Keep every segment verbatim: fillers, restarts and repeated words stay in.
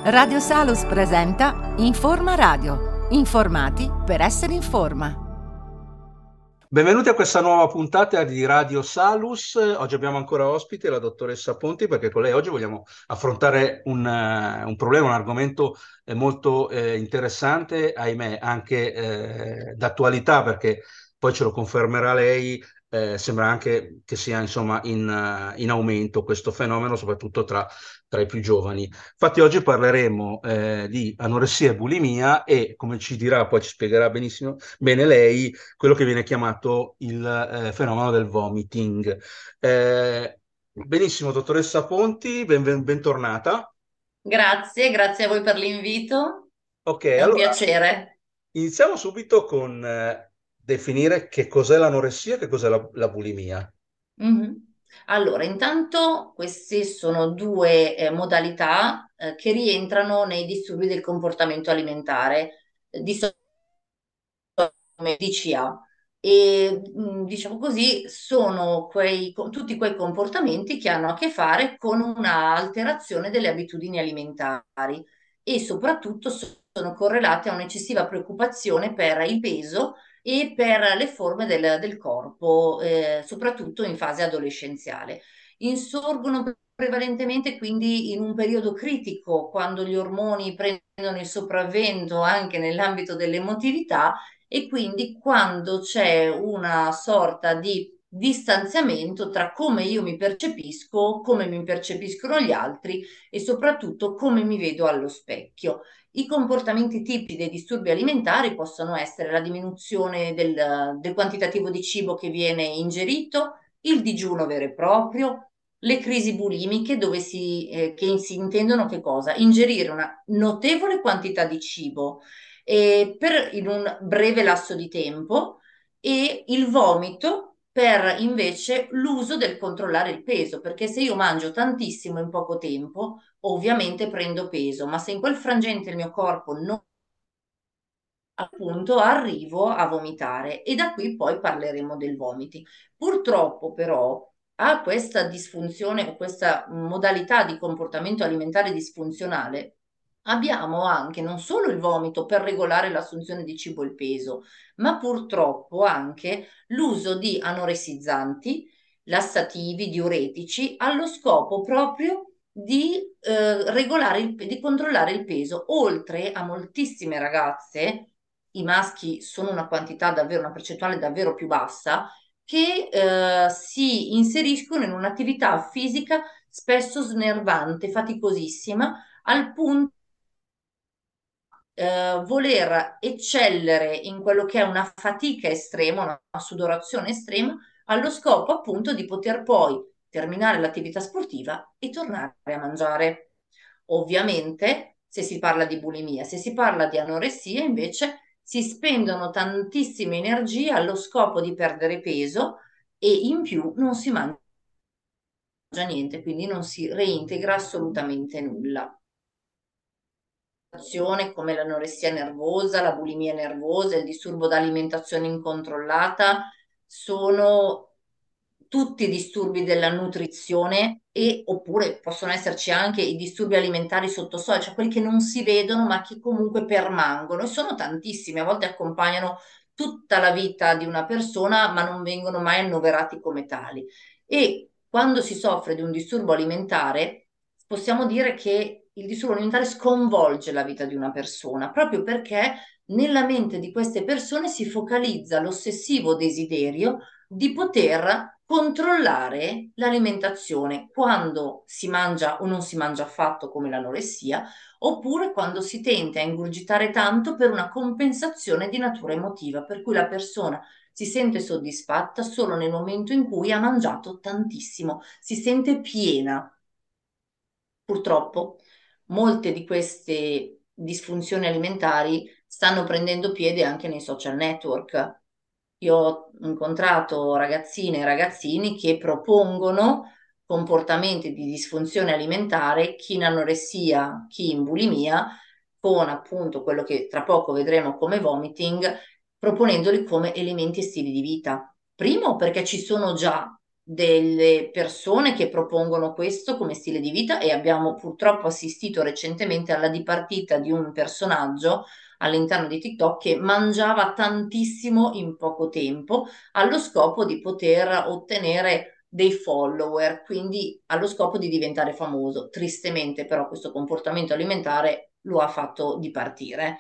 Radio Salus presenta Informa Radio. Informati per essere in forma. Benvenuti a questa nuova puntata di Radio Salus. Oggi abbiamo ancora ospite la dottoressa Ponti, perché con lei oggi vogliamo affrontare un, uh, un problema, un argomento eh, molto eh, interessante, ahimè anche eh, d'attualità, perché poi ce lo confermerà lei. Eh, sembra anche che sia insomma in, uh, in aumento questo fenomeno, soprattutto tra, tra i più giovani. Infatti oggi parleremo eh, di anoressia e bulimia e, come ci dirà, poi ci spiegherà benissimo bene lei, quello che viene chiamato il eh, fenomeno del vomiting. Eh, benissimo, dottoressa Ponti, ben- ben- bentornata. Grazie, grazie a voi per l'invito, Ok, è un allora piacere. iniziamo subito con eh, definire che cos'è l'anoressia e che cos'è la, la bulimia. Mhm. Allora, intanto queste sono due eh, modalità eh, che rientrano nei disturbi del comportamento alimentare, eh, di solito come D C A. E mh, diciamo così, sono quei, con- tutti quei comportamenti che hanno a che fare con una alterazione delle abitudini alimentari e soprattutto so- sono correlate a un'eccessiva preoccupazione per il peso e per le forme del, del corpo, eh, soprattutto in fase adolescenziale. Insorgono prevalentemente quindi in un periodo critico, quando gli ormoni prendono il sopravvento anche nell'ambito dell'emotività e quindi quando c'è una sorta di distanziamento tra come io mi percepisco, come mi percepiscono gli altri e soprattutto come mi vedo allo specchio. I comportamenti tipici dei disturbi alimentari possono essere la diminuzione del, del quantitativo di cibo che viene ingerito, il digiuno vero e proprio, le crisi bulimiche dove si, eh, che si intendono che cosa? Ingerire una notevole quantità di cibo eh, per in un breve lasso di tempo e il vomito per invece l'uso del controllare il peso, perché se io mangio tantissimo in poco tempo, ovviamente prendo peso, ma se in quel frangente il mio corpo non appunto arrivo a vomitare e da qui poi parleremo del vomiti. Purtroppo però a questa disfunzione o questa modalità di comportamento alimentare disfunzionale abbiamo anche non solo il vomito per regolare l'assunzione di cibo e il peso, ma purtroppo anche l'uso di anoressizzanti, lassativi, diuretici allo scopo proprio di eh, regolare il, di controllare il peso, oltre a moltissime ragazze, i maschi sono una quantità davvero, una percentuale davvero più bassa, che eh, si inseriscono in un'attività fisica spesso snervante, faticosissima, al punto eh, voler eccellere in quello che è una fatica estrema, una, una sudorazione estrema, allo scopo appunto di poter poi terminare l'attività sportiva e tornare a mangiare. Ovviamente, se si parla di bulimia, se si parla di anoressia, invece si spendono tantissime energie allo scopo di perdere peso e in più non si mangia niente, quindi non si reintegra assolutamente nulla come l'anoressia nervosa, la bulimia nervosa, il disturbo d'alimentazione incontrollata, sono tutti disturbi della nutrizione e oppure possono esserci anche i disturbi alimentari sotto soglia, cioè quelli che non si vedono ma che comunque permangono e sono tantissimi, a volte accompagnano tutta la vita di una persona ma non vengono mai annoverati come tali. E quando si soffre di un disturbo alimentare, possiamo dire che il disturbo alimentare sconvolge la vita di una persona, proprio perché nella mente di queste persone si focalizza l'ossessivo desiderio di poter controllare l'alimentazione quando si mangia o non si mangia affatto come l'anoressia, oppure quando si tende a ingurgitare tanto per una compensazione di natura emotiva, per cui la persona si sente soddisfatta solo nel momento in cui ha mangiato tantissimo, si sente piena. Purtroppo molte di queste disfunzioni alimentari stanno prendendo piede anche nei social network. Io ho incontrato ragazzine e ragazzini che propongono comportamenti di disfunzione alimentare, chi in anoressia, chi in bulimia, con appunto quello che tra poco vedremo come vomiting, proponendoli come elementi e stili di vita. Primo, perché ci sono già delle persone che propongono questo come stile di vita e abbiamo purtroppo assistito recentemente alla dipartita di un personaggio all'interno di TikTok che mangiava tantissimo in poco tempo allo scopo di poter ottenere dei follower, quindi allo scopo di diventare famoso. Tristemente però questo comportamento alimentare lo ha fatto dipartire.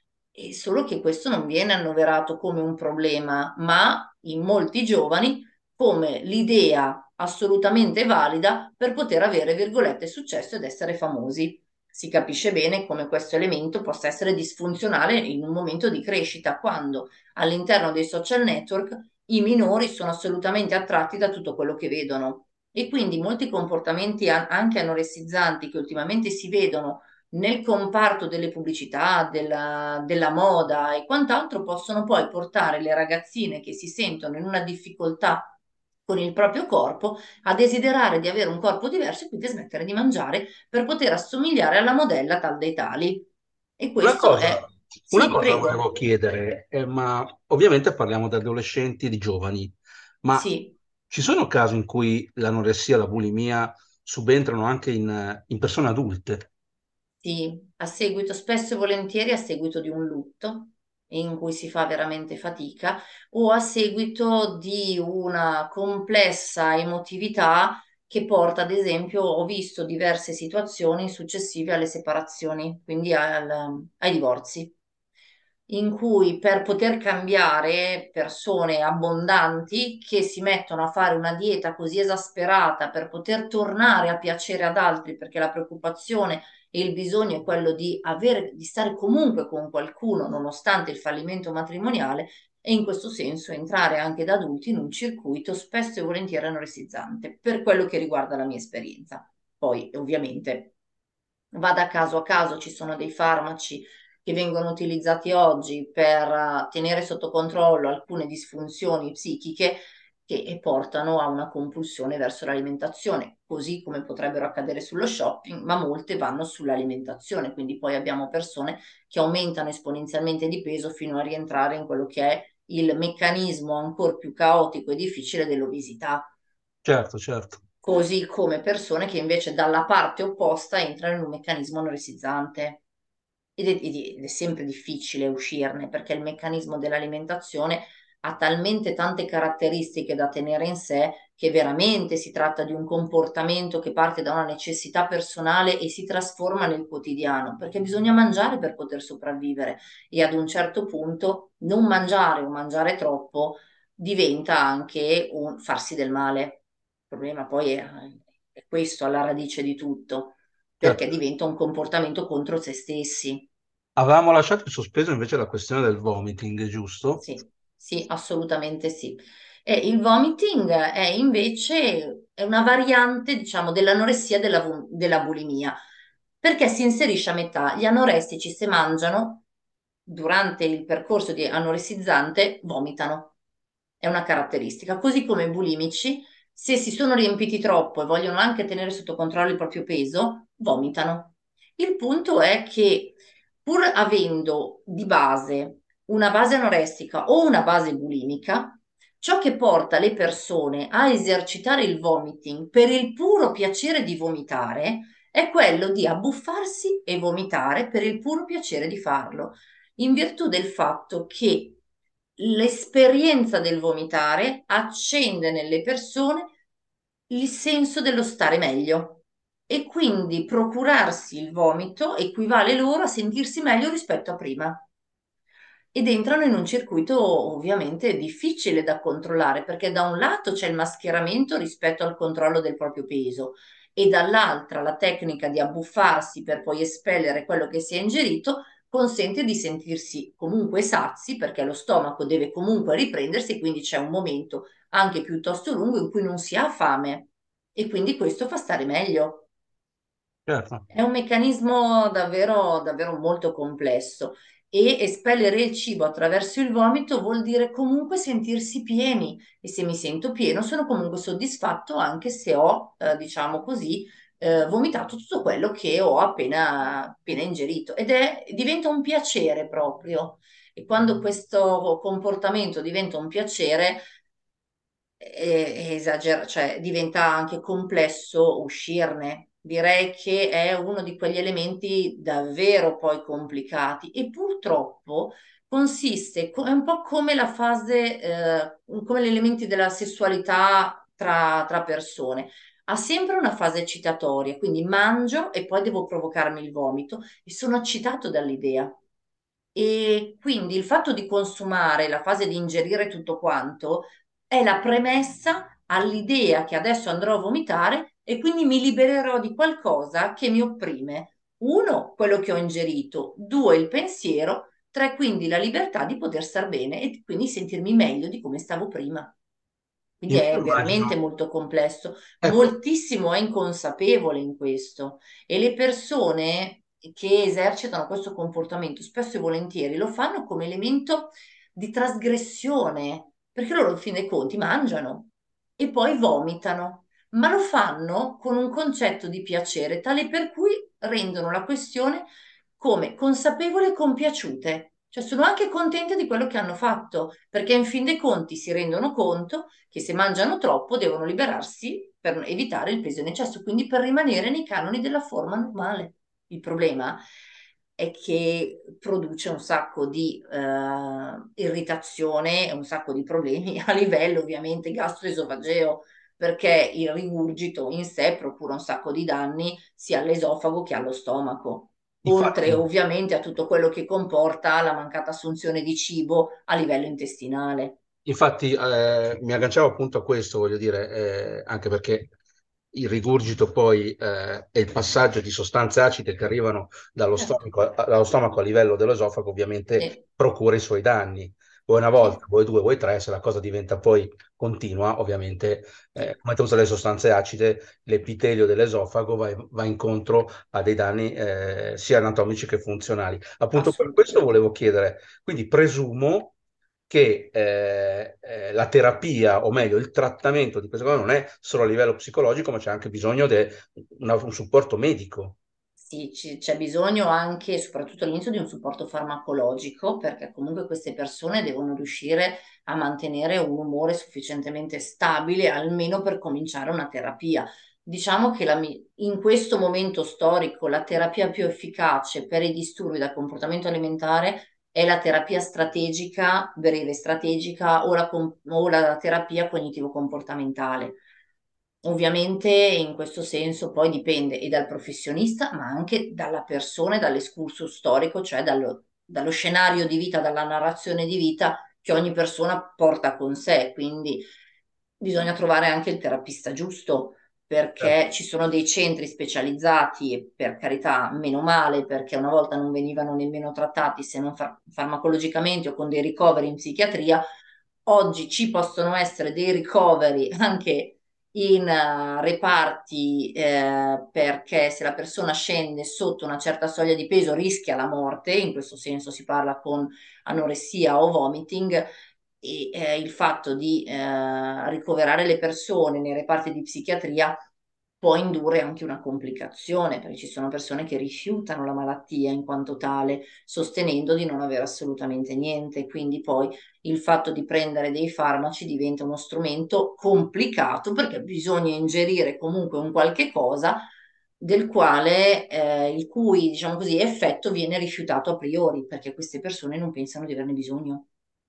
E solo che questo non viene annoverato come un problema, ma in molti giovani come l'idea assolutamente valida per poter avere, virgolette, successo ed essere famosi. Si capisce bene come questo elemento possa essere disfunzionale in un momento di crescita, quando all'interno dei social network i minori sono assolutamente attratti da tutto quello che vedono. E quindi molti comportamenti an- anche anoressizzanti che ultimamente si vedono nel comparto delle pubblicità, della, della moda e quant'altro possono poi portare le ragazzine che si sentono in una difficoltà con il proprio corpo a desiderare di avere un corpo diverso e quindi a smettere di mangiare per poter assomigliare alla modella tal dei tali. E Una questo cosa, è... una Sì, cosa prego. volevo chiedere, eh, ma ovviamente parliamo di adolescenti, di giovani, ma Sì. ci sono casi in cui l'anoressia e la bulimia subentrano anche in, in persone adulte? Sì, a seguito, spesso e volentieri a seguito di un lutto in cui si fa veramente fatica o a seguito di una complessa emotività che porta, ad esempio, ho visto diverse situazioni successive alle separazioni, quindi al- ai divorzi in cui per poter cambiare persone abbondanti che si mettono a fare una dieta così esasperata per poter tornare a piacere ad altri, perché la preoccupazione e il bisogno è quello di avere, di stare comunque con qualcuno nonostante il fallimento matrimoniale e in questo senso entrare anche da adulti in un circuito spesso e volentieri anoressizzante, per quello che riguarda la mia esperienza. Poi, ovviamente, va da caso a caso, ci sono dei farmaci che vengono utilizzati oggi per eh, tenere sotto controllo alcune disfunzioni psichiche che eh, portano a una compulsione verso l'alimentazione, così come potrebbero accadere sullo shopping, ma molte vanno sull'alimentazione, quindi poi abbiamo persone che aumentano esponenzialmente di peso fino a rientrare in quello che è il meccanismo ancora più caotico e difficile dell'obesità, Certo, certo. così come persone che invece dalla parte opposta entrano in un meccanismo anoressizzante. Ed è, ed è sempre difficile uscirne perché il meccanismo dell'alimentazione ha talmente tante caratteristiche da tenere in sé che veramente si tratta di un comportamento che parte da una necessità personale e si trasforma nel quotidiano, perché bisogna mangiare per poter sopravvivere e ad un certo punto non mangiare o mangiare troppo diventa anche un farsi del male. Il problema poi è, è questo alla radice di tutto, perché Certo. diventa un comportamento contro se stessi. Avevamo lasciato in sospeso invece la questione del vomiting, giusto? Sì, sì, assolutamente sì. E il vomiting è invece è una variante, diciamo, dell'anoressia e della, vu- della bulimia, perché si inserisce a metà. Gli anoressici, se mangiano, durante il percorso di anoressizzante, vomitano. È una caratteristica. Così come i bulimici, se si sono riempiti troppo e vogliono anche tenere sotto controllo il proprio peso, vomitano. Il punto è che pur avendo di base una base anoressica o una base bulimica, ciò che porta le persone a esercitare il vomiting per il puro piacere di vomitare è quello di abbuffarsi e vomitare per il puro piacere di farlo, in virtù del fatto che l'esperienza del vomitare accende nelle persone il senso dello stare meglio e quindi procurarsi il vomito equivale loro a sentirsi meglio rispetto a prima ed entrano in un circuito ovviamente difficile da controllare perché da un lato c'è il mascheramento rispetto al controllo del proprio peso e dall'altra la tecnica di abbuffarsi per poi espellere quello che si è ingerito consente di sentirsi comunque sazi perché lo stomaco deve comunque riprendersi e quindi c'è un momento anche piuttosto lungo in cui non si ha fame e quindi questo fa stare meglio. Certo. È un meccanismo davvero, davvero molto complesso e espellere il cibo attraverso il vomito vuol dire comunque sentirsi pieni e se mi sento pieno sono comunque soddisfatto anche se ho, eh, diciamo così, eh, vomitato tutto quello che ho appena, appena ingerito ed è, diventa un piacere proprio. E quando questo comportamento diventa un piacere, è, esagera- cioè diventa anche complesso uscirne. Direi che è uno di quegli elementi davvero poi complicati e purtroppo consiste, co- è un po' come la fase, eh, come gli elementi della sessualità tra, tra persone. Ha sempre una fase eccitatoria, quindi mangio e poi devo provocarmi il vomito e sono eccitato dall'idea. E quindi il fatto di consumare, la fase di ingerire tutto quanto, è la premessa all'idea che adesso andrò a vomitare e quindi mi libererò di qualcosa che mi opprime. Uno, quello che ho ingerito, due, il pensiero, tre, quindi la libertà di poter star bene e quindi sentirmi meglio di come stavo prima. Quindi Io è veramente immagino, molto complesso. ecco, Moltissimo è inconsapevole in questo e le persone che esercitano questo comportamento spesso e volentieri lo fanno come elemento di trasgressione, perché loro, in fin dei conti, mangiano e poi vomitano, ma lo fanno con un concetto di piacere tale per cui rendono la questione come consapevole e compiaciute. Cioè sono anche contente di quello che hanno fatto, perché in fin dei conti si rendono conto che se mangiano troppo devono liberarsi per evitare il peso in eccesso, quindi per rimanere nei canoni della forma normale. Il problema è che produce un sacco di eh, irritazione e un sacco di problemi a livello ovviamente gastroesofageo, perché il rigurgito in sé procura un sacco di danni sia all'esofago che allo stomaco, oltre infatti, ovviamente a tutto quello che comporta la mancata assunzione di cibo a livello intestinale. infatti eh, mi agganciavo appunto a questo, voglio dire, eh, anche perché il rigurgito poi eh, e il passaggio di sostanze acide che arrivano dallo Certo, stomaco, a- dallo stomaco a livello dell'esofago ovviamente sì, procura i suoi danni. Vuoi una sì, volta, vuoi due, vuoi tre, se la cosa diventa poi continua, ovviamente, eh, sì, come tutte le sostanze acide, l'epitelio dell'esofago va, va incontro a dei danni eh, sia anatomici che funzionali. Appunto per questo assolutamente. volevo chiedere, quindi presumo che eh, eh, la terapia, o meglio, il trattamento di questa cosa non è solo a livello psicologico, ma c'è anche bisogno di un supporto medico. Sì, ci- c'è bisogno anche, soprattutto all'inizio, di un supporto farmacologico, perché comunque queste persone devono riuscire a mantenere un umore sufficientemente stabile, almeno per cominciare una terapia. Diciamo che la mi- in questo momento storico la terapia più efficace per i disturbi del comportamento alimentare è la terapia strategica, breve strategica o la, com- o la terapia cognitivo-comportamentale. Ovviamente in questo senso poi dipende e dal professionista, ma anche dalla persona e dall'escursus storico, cioè dallo, dallo scenario di vita, dalla narrazione di vita che ogni persona porta con sé. Quindi bisogna trovare anche il terapista giusto, perché ci sono dei centri specializzati, e per carità, meno male, perché una volta non venivano nemmeno trattati se non far- farmacologicamente o con dei ricoveri in psichiatria. Oggi ci possono essere dei ricoveri anche in eh, reparti eh, perché se la persona scende sotto una certa soglia di peso rischia la morte, in questo senso si parla con anoressia o vomiting e eh, il fatto di eh, ricoverare le persone nei reparti di psichiatria può indurre anche una complicazione, perché ci sono persone che rifiutano la malattia in quanto tale, sostenendo di non avere assolutamente niente, quindi poi il fatto di prendere dei farmaci diventa uno strumento complicato perché bisogna ingerire comunque un qualche cosa del quale eh, il cui, diciamo così, effetto viene rifiutato a priori, perché queste persone non pensano di averne bisogno.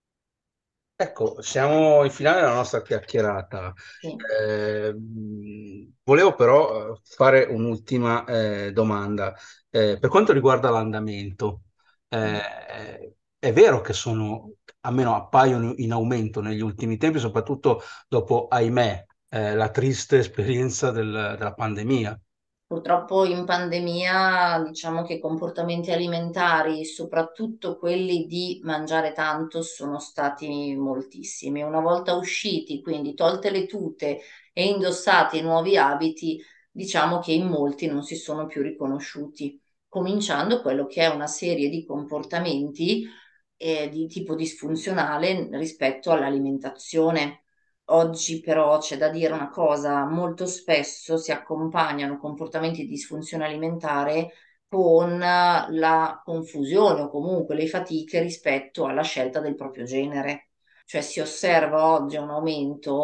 Ecco, siamo in finale della nostra chiacchierata. Sì. Eh, mh, volevo però eh, fare un'ultima eh, domanda. Eh, per quanto riguarda l'andamento, Mm. eh, è vero che sono, almeno appaiono in aumento negli ultimi tempi, soprattutto dopo, ahimè, eh, la triste esperienza del- della pandemia. Purtroppo in pandemia diciamo che i comportamenti alimentari, soprattutto quelli di mangiare tanto, sono stati moltissimi. Una volta usciti, quindi tolte le tute e indossati i nuovi abiti, diciamo che in molti non si sono più riconosciuti, cominciando quello che è una serie di comportamenti eh, di tipo disfunzionale rispetto all'alimentazione. Oggi però c'è da dire una cosa, molto spesso si accompagnano comportamenti di disfunzione alimentare con la confusione o comunque le fatiche rispetto alla scelta del proprio genere. Cioè si osserva oggi un aumento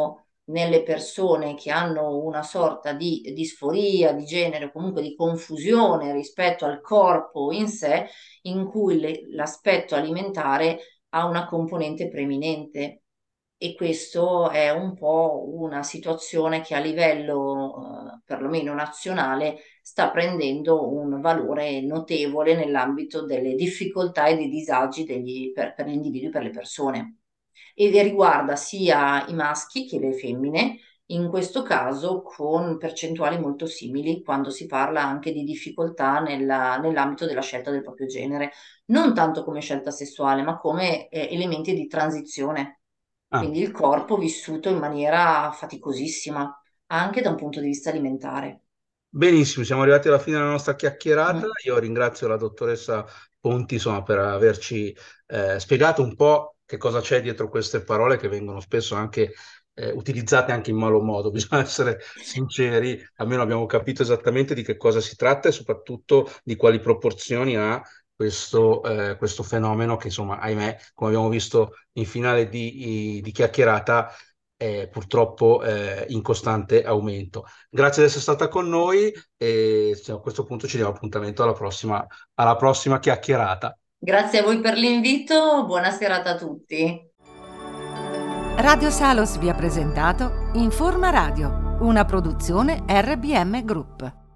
nelle persone che hanno una sorta di disforia di genere o comunque di confusione rispetto al corpo in sé, in cui le- l'aspetto alimentare ha una componente preminente. E questo è un po' una situazione che a livello, eh, perlomeno nazionale, sta prendendo un valore notevole nell'ambito delle difficoltà e dei disagi degli- per, per gli individui, per le persone. E riguarda sia i maschi che le femmine, in questo caso con percentuali molto simili quando si parla anche di difficoltà nella- nell'ambito della scelta del proprio genere, non tanto come scelta sessuale, ma come eh, elementi di transizione. Ah, Quindi il corpo vissuto in maniera faticosissima, anche da un punto di vista alimentare. benissimo, siamo arrivati alla fine della nostra chiacchierata. Mm. Io ringrazio la dottoressa Ponti, insomma, per averci eh, spiegato un po' che cosa c'è dietro queste parole che vengono spesso anche eh, utilizzate anche in malo modo. Bisogna essere sinceri, almeno abbiamo capito esattamente di che cosa si tratta e soprattutto di quali proporzioni ha questo, eh, questo fenomeno che, insomma, ahimè, come abbiamo visto in finale di, di chiacchierata, è purtroppo eh, in costante aumento. Grazie di essere stata con noi e cioè, a questo punto ci diamo appuntamento alla prossima, alla prossima chiacchierata. Grazie a voi per l'invito, buona serata a tutti. Radio Salos vi ha presentato Informa Radio, una produzione R B M Group.